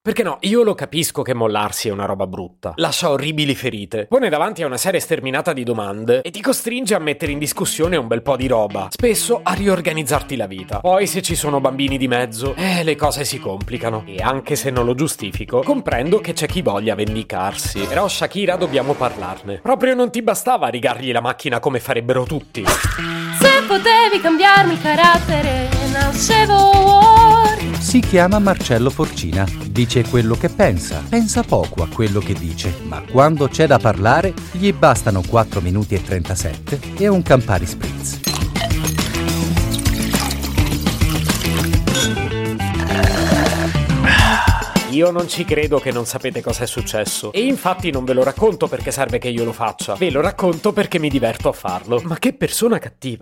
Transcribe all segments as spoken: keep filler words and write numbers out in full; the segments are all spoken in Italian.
Perché no, io lo capisco che mollarsi è una roba brutta. Lascia orribili ferite. Pone davanti a una serie sterminata di domande e ti costringe a mettere in discussione un bel po' di roba. Spesso a riorganizzarti la vita. Poi se ci sono bambini di mezzo, eh, le cose si complicano. E anche se non lo giustifico, comprendo che c'è chi voglia vendicarsi. Però Shakira dobbiamo parlarne. Proprio non ti bastava rigargli la macchina come farebbero tutti. Se potevi cambiarmi il carattere, nascevo Ward. Si chiama Marcello Forcina, dice quello che pensa, pensa poco a quello che dice, ma quando c'è da parlare gli bastano quattro minuti e trentasette e un Campari Spritz. Io non ci credo che non sapete cosa è successo. E infatti non ve lo racconto perché serve che io lo faccia. Ve lo racconto perché mi diverto a farlo. Ma che persona cattiva.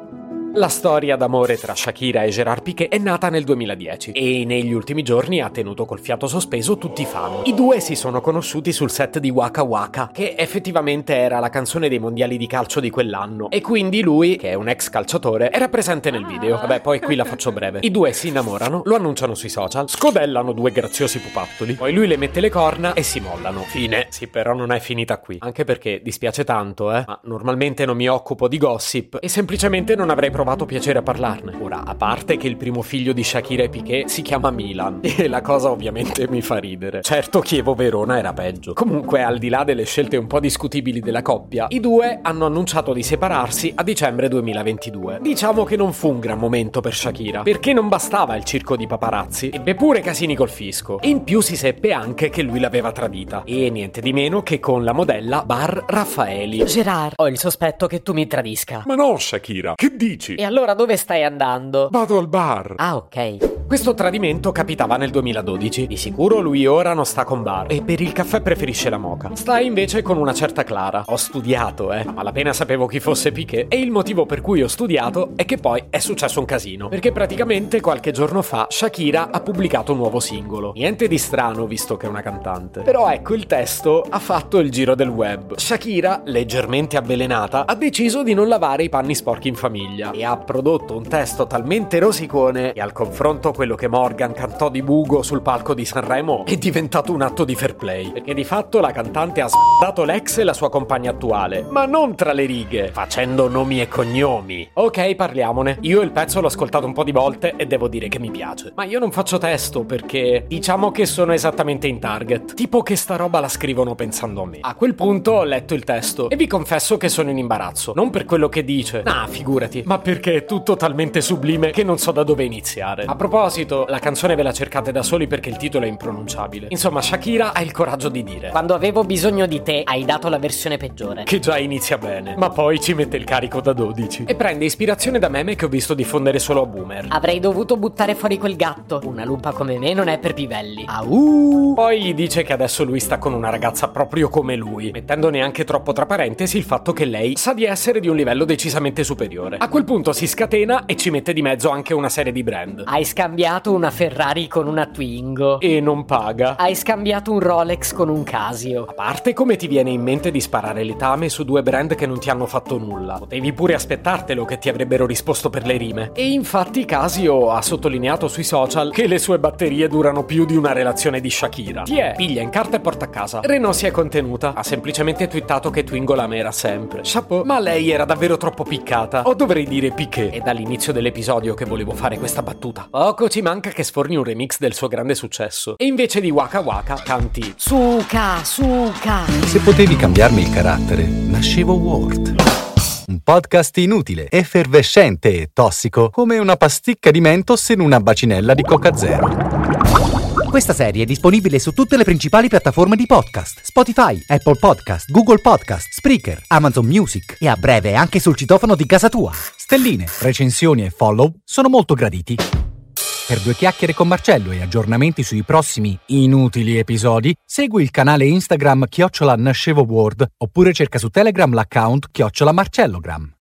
La storia d'amore tra Shakira e Gerard Piqué è nata nel duemiladieci e negli ultimi giorni ha tenuto col fiato sospeso tutti i fan. I due si sono conosciuti sul set di Waka Waka, che effettivamente era la canzone dei mondiali di calcio di quell'anno, e quindi lui, che è un ex calciatore, era presente nel video. Vabbè, poi qui la faccio breve. I due si innamorano, lo annunciano sui social, scodellano due graziosi pupattoli, poi lui le mette le corna e si mollano. Fine. Sì, però non è finita qui. Anche perché dispiace tanto, eh, ma normalmente non mi occupo di gossip e semplicemente non avrei provato piacere a parlarne. Ora, a parte che il primo figlio di Shakira e Piqué si chiama Milan e la cosa ovviamente mi fa ridere. Certo, Chievo-Verona era peggio. Comunque, al di là delle scelte un po' discutibili della coppia, i due hanno annunciato di separarsi a dicembre duemilaventidue. Diciamo che non fu un gran momento per Shakira, perché non bastava il circo di paparazzi, ebbe pure casini col fisco e in più si seppe anche che lui l'aveva tradita, e niente di meno che con la modella Bar Raffaeli. Gerard, ho il sospetto che tu mi tradisca. Ma no, Shakira, che dici? E allora dove stai andando? Vado al bar. Ah, ok. Questo tradimento capitava nel duemiladodici. Di sicuro lui ora non sta con Bar e per il caffè preferisce la moka. Sta invece con una certa Clara. Ho studiato, eh, ma appena sapevo chi fosse Piqué, e il motivo per cui ho studiato è che poi è successo un casino. Perché praticamente qualche giorno fa Shakira ha pubblicato un nuovo singolo. Niente di strano visto che è una cantante. Però ecco, il testo ha fatto il giro del web. Shakira, leggermente avvelenata, ha deciso di non lavare i panni sporchi in famiglia e ha prodotto un testo talmente rosicone che al confronto quello che Morgan cantò di Bugo sul palco di Sanremo è diventato un atto di fair play, perché di fatto la cantante ha s***dato l'ex e la sua compagna attuale, ma non tra le righe, facendo nomi e cognomi. Ok, parliamone. Io il pezzo l'ho ascoltato un po' di volte e devo dire che mi piace, ma io non faccio testo perché diciamo che sono esattamente in target, tipo che sta roba la scrivono pensando a me. A quel punto ho letto il testo e vi confesso che sono in imbarazzo, non per quello che dice, nah, figurati, ma perché è tutto talmente sublime che non so da dove iniziare. A proposito, la canzone ve la cercate da soli perché il titolo è impronunciabile. Insomma, Shakira ha il coraggio di dire: quando avevo bisogno di te, hai dato la versione peggiore. Che già inizia bene, ma poi ci mette il carico da dodici. E prende ispirazione da meme che ho visto diffondere solo a boomer. Avrei dovuto buttare fuori quel gatto. Una lupa come me non è per pivelli. Au! Poi gli dice che adesso lui sta con una ragazza proprio come lui, mettendo neanche troppo tra parentesi il fatto che lei sa di essere di un livello decisamente superiore. A quel punto si scatena e ci mette di mezzo anche una serie di brand. Hai scambiato una Ferrari con una Twingo. E non paga. Hai scambiato un Rolex con un Casio. A parte, come ti viene in mente di sparare letame su due brand che non ti hanno fatto nulla? Potevi pure aspettartelo che ti avrebbero risposto per le rime. E infatti Casio ha sottolineato sui social che le sue batterie durano più di una relazione di Shakira. Chi è? Piglia in carta e porta a casa. Renault si è contenuta. Ha semplicemente twittato che Twingo la mera sempre. Chapeau. Ma lei era davvero troppo piccata. O dovrei dire Piqué. È dall'inizio dell'episodio che volevo fare questa battuta. Poco ci manca che sforni un remix del suo grande successo. E invece di Waka Waka canti Suka, Suka. Se potevi cambiarmi il carattere, nascevo Ward. Un podcast inutile, effervescente e tossico, come una pasticca di Mentos in una bacinella di Coca Zero. Questa serie è disponibile su tutte le principali piattaforme di podcast: Spotify, Apple Podcast, Google Podcast, Spreaker, Amazon Music e a breve anche sul citofono di casa tua. Stelline, recensioni e follow sono molto graditi. Per due chiacchiere con Marcello e aggiornamenti sui prossimi inutili episodi, segui il canale Instagram chiocciola Nascevo Word oppure cerca su Telegram l'account chiocciola Marcellogram.